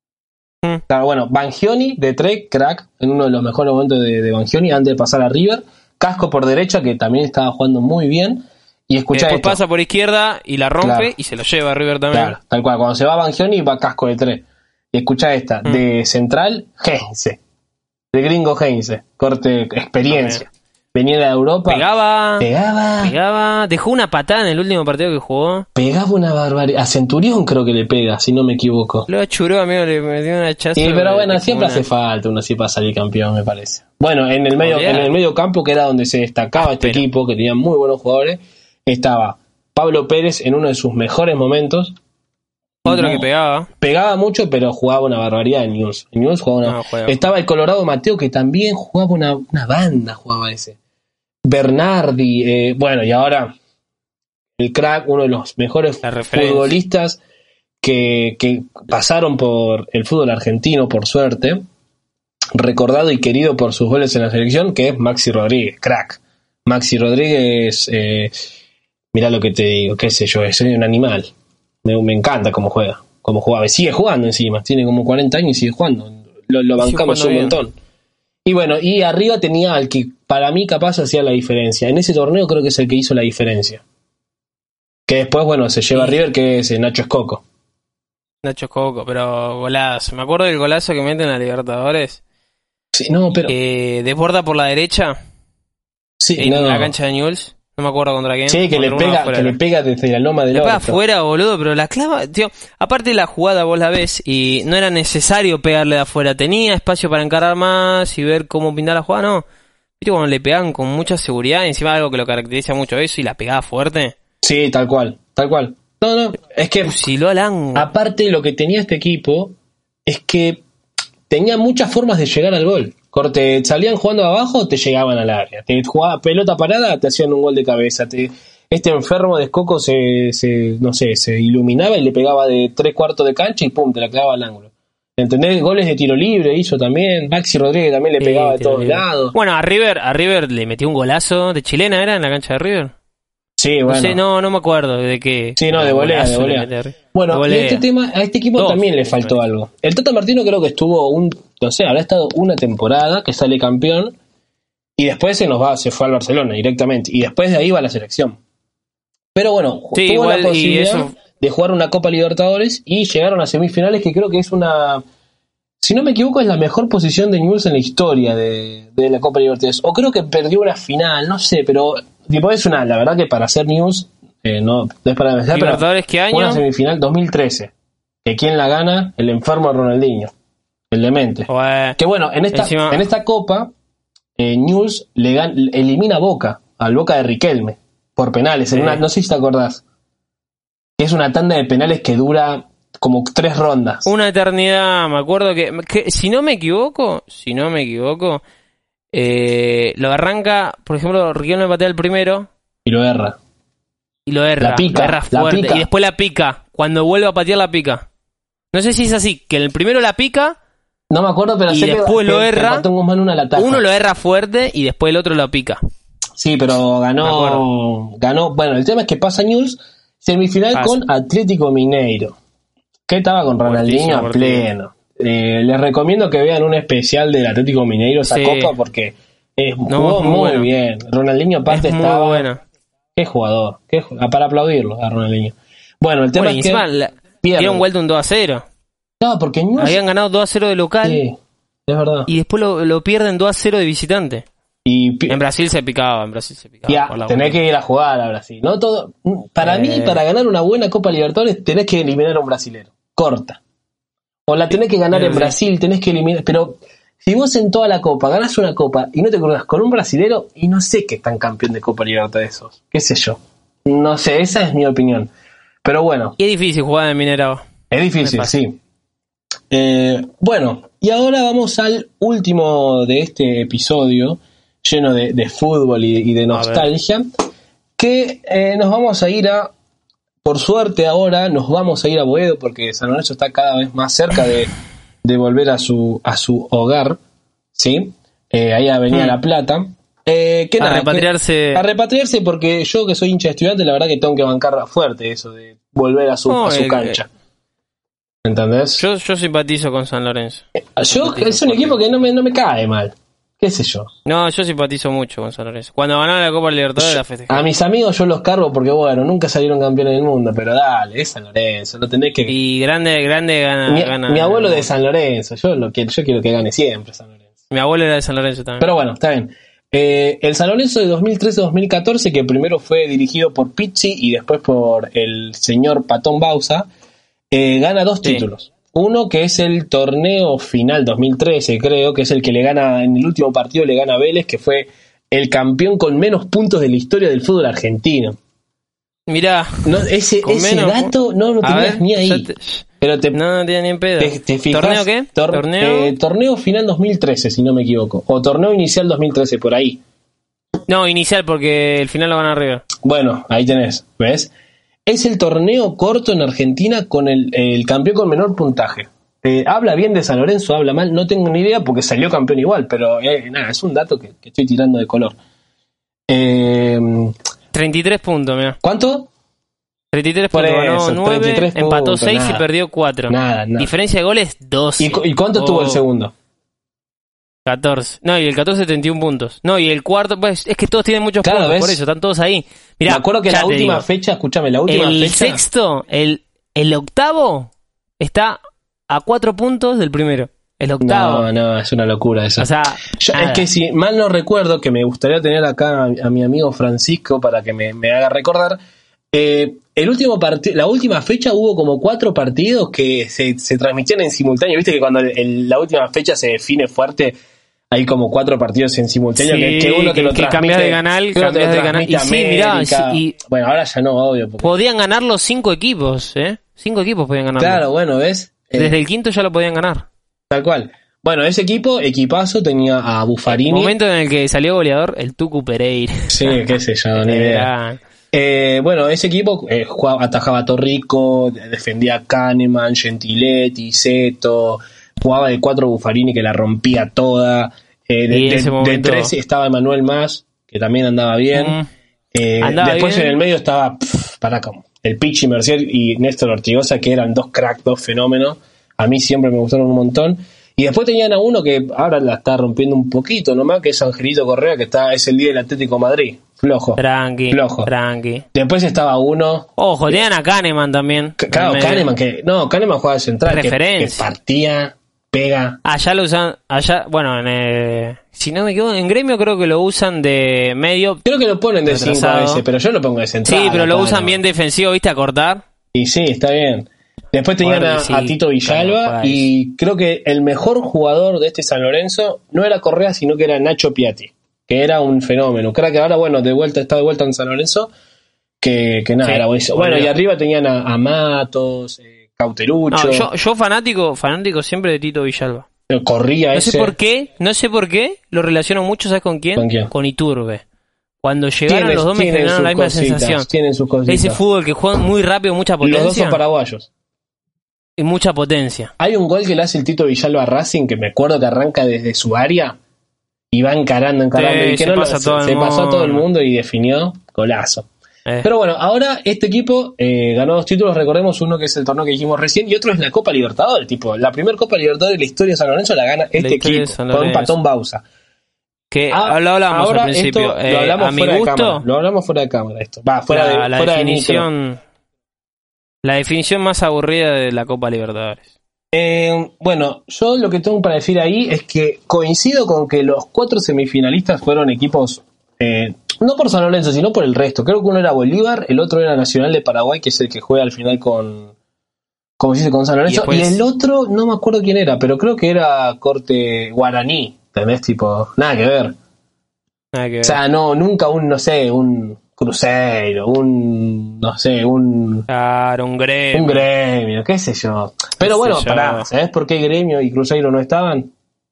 Mm. Claro, bueno, Banchioni de tres, crack, en uno de los mejores momentos de, de Banchioni antes de pasar a River. Casco por derecha, que también estaba jugando muy bien. Y escuchá después esto. Pasa por izquierda y la rompe, claro, y se lo lleva a River también. Claro, tal cual. Cuando se va Banchioni va Casco de tres. Y escuchá esta. Mm. De central, Heinze. De gringo Heinze. Corte, experiencia. Okay. Venía de Europa. Pegaba. Pegaba. Pegaba. Dejó una patada en el último partido que jugó. Pegaba una barbaridad. A Centurión creo que le pega, si no me equivoco. Lo achuró, amigo, le metió una hachazo. Sí, pero bueno, siempre hace falta uno así para salir campeón, me parece. Bueno, en el medio, en el medio campo, que era donde se destacaba ah, este pero. equipo, que tenía muy buenos jugadores, estaba Pablo Pérez en uno de sus mejores momentos. Otro no, que pegaba. Pegaba mucho, pero jugaba una barbaridad en News. En News jugaba una... No, estaba el Colorado Mateo, que también jugaba una, una banda, jugaba ese. Bernardi, eh, bueno, y ahora el crack, uno de los mejores futbolistas que, que pasaron por el fútbol argentino, por suerte, recordado y querido por sus goles en la selección, que es Maxi Rodríguez, crack. Maxi Rodríguez, eh, mirá lo que te digo, qué sé yo, es un animal. Me, me encanta cómo juega, cómo jugaba, y sigue jugando encima, tiene como cuarenta años y sigue jugando, lo, lo bancamos un bien. montón. Y bueno, y arriba tenía al que para mí capaz hacía la diferencia. En ese torneo creo que es el que hizo la diferencia. Que después, bueno, se lleva a River, que es Nacho Escoco. Nacho Escoco, pero golazo. Me acuerdo del golazo que meten a Libertadores. Sí, no, pero... Eh, desborda por la derecha. Sí, en no. la cancha de Newell's. No me acuerdo contra quién. Sí, que le pega, que le pega desde la loma del orto. Le pega orto. afuera, boludo, pero la clava, tío, aparte de la jugada vos la ves y no era necesario pegarle de afuera, tenía espacio para encarar más y ver cómo pintar la jugada, no. Viste cuando le pegaban con mucha seguridad, encima algo que lo caracteriza mucho eso y la pegaba fuerte. Sí, tal cual, tal cual. No, no, es que fusiló al ángulo. Aparte lo que tenía este equipo es que tenía muchas formas de llegar al gol. Corte, salían jugando abajo, te llegaban al área. Te jugaba pelota parada, te hacían un gol de cabeza. Te, este enfermo de Escoco se, se, no sé, se iluminaba y le pegaba de tres cuartos de cancha y pum, te la clavaba al ángulo. ¿Entendés? Goles de tiro libre hizo también. Maxi Rodríguez también le sí, pegaba de todos libre. lados. Bueno, a River, a River le metió un golazo de chilena, ¿era? En la cancha de River. Sí, bueno. No sé, no, no me acuerdo de qué. Sí, no, de volea, de volea. Bueno, de volea. Y este tema, a este equipo Dos, también le faltó sí. algo. El Tata Martino creo que estuvo un, no sé, habrá estado una temporada que sale campeón y después se nos va, se fue al Barcelona directamente y después de ahí va a la selección. Pero bueno, sí, tuvo igual, la posibilidad eso... de jugar una Copa Libertadores y llegaron a semifinales, que creo que es una, si no me equivoco, es la mejor posición de Newell's en la historia de, de la Copa Libertadores. O creo que perdió una final, no sé, pero tipo es una, la verdad que para hacer Newell's eh, no, no es para vencer, ¿Libertadores qué año? Una semifinal dos mil trece. Que quién la gana, el enfermo Ronaldinho, el demente. Ué, que bueno, en esta, encima... en esta Copa eh, Newell's le gan, elimina a Boca, al Boca de Riquelme, por penales, sí. en una, no sé si te acordás. Es una tanda de penales que dura como tres rondas. Una eternidad, me acuerdo que, que si no me equivoco, si no me equivoco, eh, lo arranca, por ejemplo, Riquelme patea el primero. Y lo erra. Y lo erra, la pica, lo erra fuerte. La pica. Y después la pica, cuando vuelve a patear la pica. No sé si es así, que el primero la pica. No me acuerdo, pero y sé después que, lo que, erra. Que una la uno lo erra fuerte y después el otro lo pica. Sí, pero ganó, ganó. Bueno, el tema es que pasa Newell's semifinal pasa. con Atlético Mineiro. Que estaba con Ronaldinho a pleno. Eh, les recomiendo que vean un especial del Atlético Mineiro esa sí. Copa porque es, no, jugó muy, muy bueno. bien. Ronaldinho aparte es estaba. Muy bueno. Qué jugador, qué jugador, para aplaudirlo a Ronaldinho. Bueno, el tema bueno, es que la, dieron vuelta un dos a cero. No, porque Newell's habían ganado dos a cero de local. Sí, es verdad. Y después lo, lo pierden dos a cero de visitante. Y pi- en Brasil se picaba, en Brasil se picaba. Ya, por tenés que ir a jugar a Brasil. No todo. Para eh... mí, para ganar una buena Copa Libertadores, tenés que eliminar a un brasilero. Corta. O la tenés que ganar sí, en Brasil, tenés que eliminar. Pero Si vos en toda la Copa ganás una Copa y no te cruzas con un brasilero, y no sé qué tan campeón de Copa Libertadores sos. ¿Qué sé yo? No sé, esa es mi opinión. Pero bueno. Y es difícil jugar en Mineirao. Es difícil, sí. Eh, bueno, y ahora vamos al último de este episodio, lleno de, de fútbol y, y de nostalgia, que eh, nos vamos a ir a, por suerte ahora, nos vamos a ir a Boedo, porque San Lorenzo está cada vez más cerca de, de volver a su, a su hogar, ¿sí? Eh, ahí a Avenida mm. La Plata. Eh, que a nada, repatriarse. Que, a repatriarse, porque yo que soy hincha de Estudiantes, la verdad que tengo que bancar fuerte eso de volver a su, no, a su el, cancha. ¿Entendés? Yo, yo simpatizo con San Lorenzo. Eh, yo es un equipo que no me, no me cae mal. ¿Qué sé yo? No, yo simpatizo mucho con San Lorenzo. Cuando ganaron la Copa Libertadores la festejé. A mis amigos yo los cargo porque, bueno, nunca salieron campeones del mundo, pero dale, es San Lorenzo, lo tenés que... Y grande, grande gana... Mi, gana, mi abuelo de San Lorenzo, yo lo quiero, yo quiero que gane siempre San Lorenzo. Mi abuelo era de San Lorenzo también. Pero bueno, está bien. Eh, el San Lorenzo de dos mil trece a dos mil catorce, que primero fue dirigido por Pizzi y después por el señor Patón Bausa, eh, gana dos sí. títulos. Uno que es el torneo final dos mil trece, creo, que es el que le gana, en el último partido le gana a Vélez, que fue el campeón con menos puntos de la historia del fútbol argentino. Mirá, no, ese, ese menos, dato no lo tenías ver, ni ahí. Te, pero te, no, no tenía ni en pedo. Te, te fijas, ¿Torneo qué? Tor, ¿Torneo? Eh, torneo final dos mil trece, si no me equivoco. O torneo inicial dos mil trece, por ahí. No, inicial, porque el final lo gana River. Bueno, ahí tenés, ¿ves? Es el torneo corto en Argentina con el, el campeón con menor puntaje. Eh, habla bien de San Lorenzo, habla mal, no tengo ni idea porque salió campeón igual, pero eh, nada, es un dato que, que estoy tirando de color. Eh, treinta y tres puntos, mira. ¿Cuánto? treinta y tres puntos, ganó nueve, empató seis y perdió cuatro. Nada, nada. Diferencia de goles, doce. ¿Y, y cuánto oh. tuvo el segundo? catorce. No, y el catorce, setenta y uno puntos. No, y el cuarto, pues es que todos tienen muchos claro, puntos, ¿ves? Por eso, están todos ahí. Mirá, me acuerdo que la última fecha, escúchame, la última el fecha... El sexto, el, el octavo, está a cuatro puntos del primero. El octavo. No, no, es una locura eso. O sea, Yo, es que si mal no recuerdo, que me gustaría tener acá a, a mi amigo Francisco para que me, me haga recordar, eh, el último partido, la última fecha hubo como cuatro partidos que se, se transmitían en simultáneo. Viste que cuando el, el, la última fecha se define fuerte, hay como cuatro partidos en simultáneo, sí, que, que uno te lo que transmite. Cambias de canal, cambias de canal. Y sí, mirá, y, bueno, ahora ya no, obvio. Porque... Podían ganar los cinco equipos, ¿eh? Cinco equipos podían ganar. Claro, bueno, ¿ves? Desde el quinto ya lo podían ganar. Tal cual. Bueno, ese equipo, equipazo, tenía a Buffarini. El momento en el que salió goleador, el Tucu Pereira. Sí, qué sé yo, ni idea. Eh, bueno, ese equipo eh, jugaba, atajaba a Torrico, defendía a Kahneman, Gentiletti, Zeto, jugaba de cuatro Buffarini que la rompía toda. Eh, de, de, momento... de tres estaba Emanuel Mas, que también andaba bien. Mm. Eh, andaba después bien. En el medio estaba pff, para como el Pichi Mercier y Néstor Ortigosa, que eran dos cracks, dos fenómenos. A mí siempre me gustaron un montón. Y después tenían a uno que ahora la está rompiendo un poquito nomás, que es Angelito Correa, que está es el día del Atlético Madrid. Flojo. Tranqui. Flojo. Tranqui. Después estaba uno... Ojo, tenían a Kahneman también. C- claro, Kahneman, que... No, Kahneman jugaba de central. Referencia. Que, que partía, pega... Allá lo usan... Allá, bueno, en el, si no me equivoco, en Gremio creo que lo usan de medio... Creo que lo ponen de cinco a veces, pero yo lo pongo de central. Sí, pero lo acá, usan ¿no? bien defensivo, ¿viste? A cortar. Y sí, está bien. Después tenían bueno, a, sí, a Tito Villalba claro, y creo que el mejor jugador de este San Lorenzo no era Correa, sino que era Nacho Piatti, que era un fenómeno. Creo que ahora, bueno, de vuelta está de vuelta en San Lorenzo, que, que nada, sí, era bueno. Bueno, y arriba tenían a, a Matos, eh, Cauterucho. No, yo, yo fanático, fanático siempre de Tito Villalba. Corría no ese. No sé por qué, no sé por qué, lo relaciono mucho, ¿sabes con quién? ¿Con quién? Con Iturbe. Cuando llegaron tienen, los dos me generaron la misma cositas, sensación. Tienen sus cositas. Ese fútbol que juegan muy rápido, mucha potencia. Los dos son paraguayos. Y mucha potencia. Hay un gol que le hace el Tito Villalba a Racing, que me acuerdo que arranca desde su área y va encarando, encarando. Sí, y que no pasa lo, se, se pasó a todo el mundo y definió golazo. Eh. Pero bueno, ahora este equipo eh, ganó dos títulos, recordemos uno que es el torneo que dijimos recién y otro es la Copa Libertadores. Tipo, la primera Copa Libertadores de la historia de San Lorenzo la gana este equipo con Patón Bausa. Que ah, lo hablábamos al principio. Esto, eh, lo hablamos a mi fuera gusto, de cámara. Lo hablamos fuera de cámara esto. Va, fuera la, de la fuera definición. De la definición más aburrida de la Copa Libertadores. Eh, bueno, yo lo que tengo para decir ahí es que coincido con que los cuatro semifinalistas fueron equipos, eh, no por San Lorenzo, sino por el resto. Creo que uno era Bolívar, el otro era Nacional de Paraguay, que es el que juega al final con, como se dice con San Lorenzo, y, después... y el otro, no me acuerdo quién era, pero creo que era corte guaraní, ¿entendés? Tipo, nada que ver. Nada que ver. O sea, no, nunca un, no sé, un Cruzeiro, un, no sé, un... Claro, un gremio. Un gremio, qué sé yo. Pero bueno, pará, ¿sabés por qué Gremio y Cruzeiro no estaban?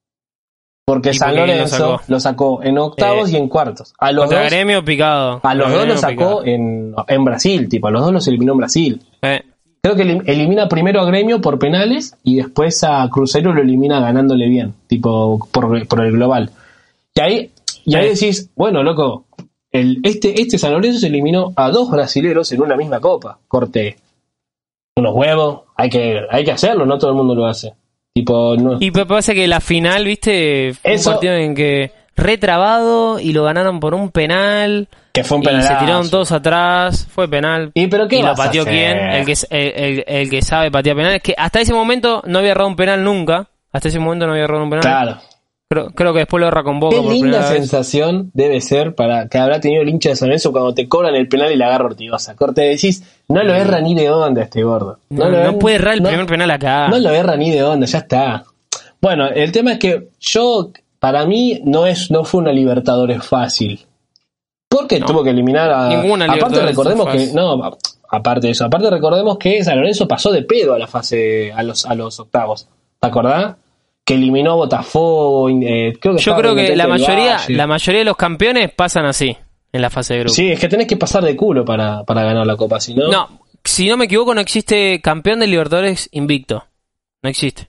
Porque San Lorenzo lo sacó? lo sacó en octavos eh, y en cuartos. A los dos, Gremio picado. A los dos lo sacó en, en Brasil, tipo, a los dos los eliminó en Brasil. Eh. Creo que elimina primero a Gremio por penales y después a Cruzeiro lo elimina ganándole bien, tipo, por, por el global. Y ahí, y ahí eh. decís, bueno, loco, el, este, este San Lorenzo se eliminó a dos brasileros en una misma copa. Corte unos huevos, hay que, hay que hacerlo, no todo el mundo lo hace. Tipo, no. Y pasa que la final, viste, fue Eso, un partido en que retrabado y lo ganaron por un penal. Que fue un penal. Y se tiraron todos atrás, fue penal. ¿Y pero qué y vas lo pateó a hacer? quién? El que, el, el, el que sabe patear penales. Que hasta ese momento no había errado un penal nunca. Hasta ese momento no había errado un penal. Claro. Creo, creo que después lo erra con Boca. Qué por linda primera sensación vez. debe ser para que habrá tenido el hincha de San Lorenzo cuando te cobran el penal y la agarra Ortigosa. Corte, decís, no lo erra ni de onda este gordo. No, no, no puede errar el no, primer penal acá. No lo erra ni de onda, ya está. Bueno, el tema es que yo, para mí, no es no fue una Libertadores fácil. Porque no, tuvo que eliminar a... Ninguna aparte recordemos que... No, aparte de eso. Aparte recordemos que San Lorenzo pasó de pedo a la fase... A los, a los octavos. ¿Te acordás? Que eliminó a Botafogo. Eh, creo que yo creo que la mayoría, la mayoría de los campeones pasan así. En la fase de grupo. Sí, es que tenés que pasar de culo para, para ganar la Copa. Si no... No, si no me equivoco, no existe campeón de Libertadores invicto. No existe.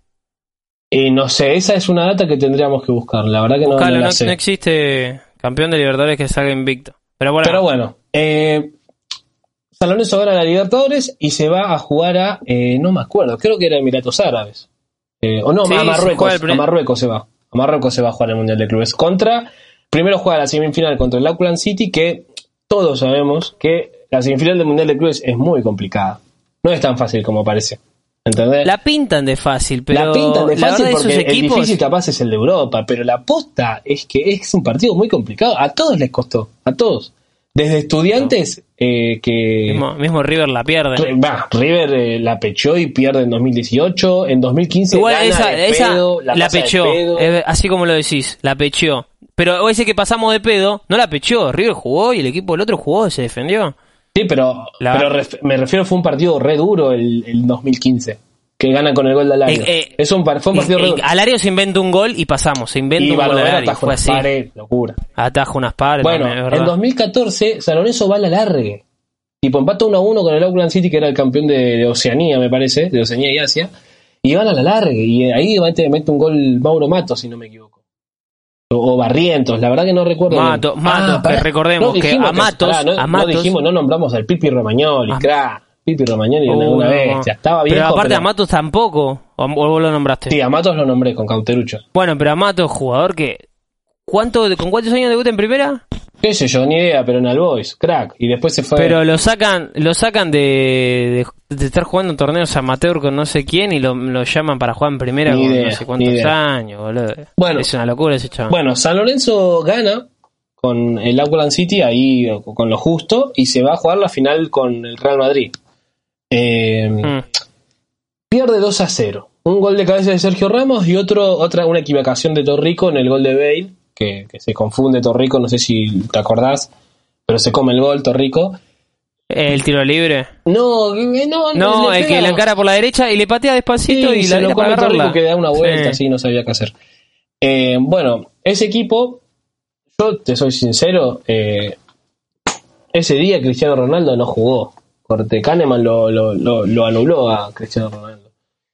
Y no sé, esa es una data que tendríamos que buscar. La verdad que no, Buscalo, no la no, sé. no existe campeón de Libertadores que salga invicto. Pero bueno, Pero bueno eh, San Lorenzo gana la Libertadores y se va a jugar a, eh, no me acuerdo, creo que era Emiratos Árabes. Eh, o no, sí, a Marruecos. Se a Marruecos se va. A Marruecos se va a jugar el Mundial de Clubes. Contra, primero juega la semifinal contra el Auckland City, que todos sabemos que la semifinal del Mundial de Clubes es muy complicada. No es tan fácil como parece. ¿Entendés? La pintan de fácil, pero la pintan de fácil porque equipos... el difícil capaz es el de Europa, pero la posta es que es un partido muy complicado. A todos les costó, a todos. Desde Estudiantes no. eh, que... Mismo, mismo River la pierde. Va, River eh, la pechó y pierde en dos mil dieciocho, en dos mil quince igual gana esa, de esa pedo, la, la pechó, eh, así como lo decís, la pechó. Pero ese que pasamos de pedo, no la pechó. River jugó y el equipo del otro jugó y se defendió. Sí, pero, la... pero ref, me refiero, fue un partido re duro el, el dos mil quince. Que gana con el gol de Alario. Eh, eh, es un, fue un partido eh, eh, Alario se inventa un gol y pasamos. Se inventa y un gol de Alario. Fue así. Pared, locura. Ataja unas pares. Bueno, también, en dos mil catorce San Lorenzo va a la largue. Tipo, empata uno a uno con el Auckland City, que era el campeón de, de Oceanía, me parece. De Oceanía y Asia. Y van a la largue. Y ahí mete, mete un gol Mauro Matos, si no me equivoco. O, o Barrientos, la verdad que no recuerdo. Mato, Mato, ah, que recordemos no que a Matos, que, pará, no, a Matos... No dijimos, no nombramos al Pipi Romagnoli, ah, crack. Pipi Romagnoli era uh, una bestia, estaba viejo. Pero aparte pero... a Matos tampoco, o, o vos lo nombraste. Sí, a Matos lo nombré con Cauterucho. Bueno, pero a Matos, jugador que... ¿Cuánto, ¿Con cuántos años debuta en primera? Qué sé yo, ni idea, pero en All Boys, crack. Y después se fue... Pero lo sacan lo sacan de, de, de estar jugando en torneos amateur con no sé quién y lo, lo llaman para jugar en primera ni con idea, no sé cuántos años, boludo. Bueno, es una locura ese chaval. Bueno, San Lorenzo gana con el Auckland City ahí con lo justo y se va a jugar la final con el Real Madrid. Eh, mm. Pierde dos a cero. Un gol de cabeza de Sergio Ramos y otro otra una equivocación de Torrico en el gol de Bale, que, que se confunde Torrico, no sé si te acordás, pero se come el gol Torrico. ¿El tiro libre? No, no, no, el que la encara por la derecha y le patea despacito sí, y se la lo come para Torrico, que da una vuelta, así sí. No sabía qué hacer. Eh, bueno, ese equipo, yo te soy sincero, eh, ese día Cristiano Ronaldo no jugó. Corte, Kahneman lo, lo, lo, lo anuló a Cristiano Ronaldo.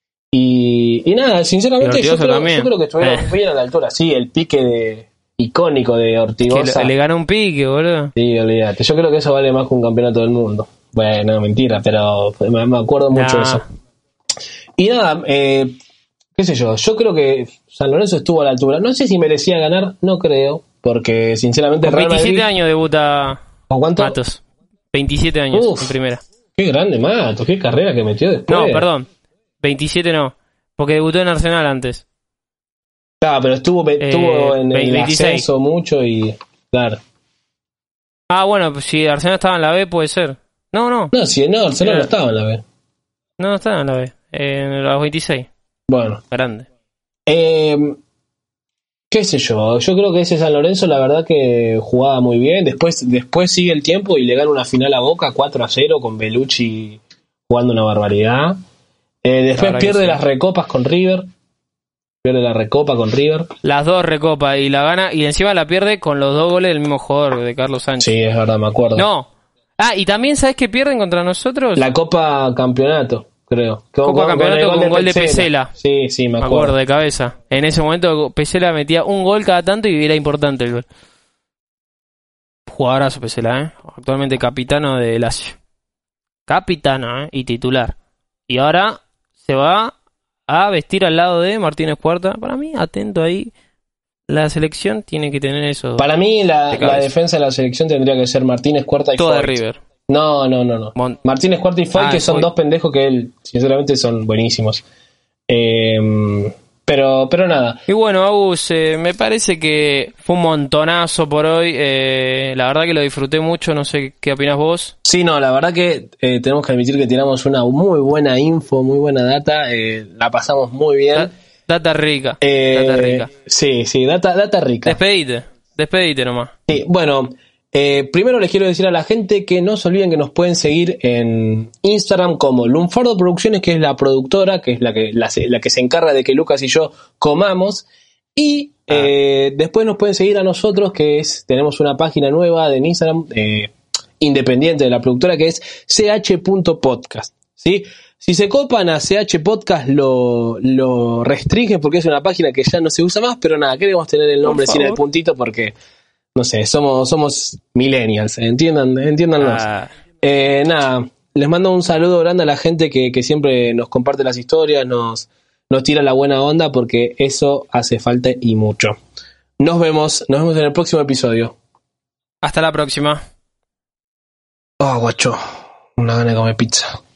Y, y nada, sinceramente yo creo, yo creo que estuvieron eh. bien a la altura. Sí, el pique de icónico de Ortigosa. Que le, le ganó un pique, boludo. Sí, olvídate. Yo creo que eso vale más que un campeonato del mundo. Bueno, mentira, pero me, me acuerdo mucho nah. de eso. Y nada, eh, qué sé yo, yo creo que San Lorenzo estuvo a la altura. No sé si merecía ganar, no creo, porque sinceramente... Con veintisiete años debuta ¿Con cuánto? Matos. veintisiete años Uf, en primera. Qué grande Matos, qué carrera que metió después. No, perdón, veintisiete no, porque debutó en Arsenal antes. Claro, pero estuvo, estuvo eh, en el veintiséis ascenso mucho y... Claro. Ah, bueno, pues si Arsenal estaba en la B puede ser. No, no. No, si no, Arsenal no estaba en la B. No, no estaba en la B. en los veintiséis. Bueno. Grande. Eh, qué sé yo, yo creo que ese San Lorenzo la verdad que jugaba muy bien. Después, después sigue el tiempo y le gana una final a Boca cuatro a cero con Bellucci jugando una barbaridad. Eh, después pierde sí. las recopas con River. Pierde la recopa con River. Las dos recopas y la gana. Y encima la pierde con los dos goles del mismo jugador, de Carlos Sánchez. Sí, es verdad, me acuerdo. No. Ah, y también, ¿sabes qué pierden contra nosotros? La Copa Campeonato, creo. Copa con, Campeonato con, con gol de Pesela. Sí, sí, me acuerdo. Me acuerdo, de cabeza. En ese momento Pesela metía un gol cada tanto y era importante el gol. Jugadorazo Pesela, ¿eh? Actualmente capitano de Lazio. Capitano, ¿eh? Y titular. Y ahora se va a vestir al lado de Martínez Cuarta. Para mí, atento ahí. La selección tiene que tener eso. Para mí, la, de la defensa de la selección tendría que ser Martínez Cuarta y Toda Foyt. de River. No, no, no, no. Mon- Martínez Cuarta y Foyt, ah, que son Foyt. Dos pendejos que él, sinceramente, son buenísimos. Eh, pero, pero nada. Y bueno, Agus, eh, me parece que fue un montonazo por hoy. Eh, la verdad que lo disfruté mucho. No sé qué opinas vos. Sí, no, la verdad que eh, tenemos que admitir que tiramos una muy buena info, muy buena data. Eh, la pasamos muy bien. Da- data rica. Eh, data rica. Sí, sí, data, data rica. Despedite. Despedite nomás. Sí, bueno. Eh, primero les quiero decir a la gente que no se olviden que nos pueden seguir en Instagram como Lunfardo Producciones, que es la productora, que es la que, la, la que se encarga de que Lucas y yo comamos. Y ah. eh, después nos pueden seguir a nosotros, que es tenemos una página nueva en Instagram, eh, independiente de la productora, que es c h punto podcast. ¿Sí? Si se copan a C H Podcast lo, lo restringen porque es una página que ya no se usa más, pero nada, queremos tener el nombre sin el puntito porque... No sé, somos somos millennials, entiendan, entiéndanlos. Ah. Eh, nada, les mando un saludo grande a la gente que, que siempre nos comparte las historias, nos, nos tira la buena onda, porque eso hace falta y mucho. Nos vemos, nos vemos en el próximo episodio. Hasta la próxima. Oh, guacho, una gana de comer pizza.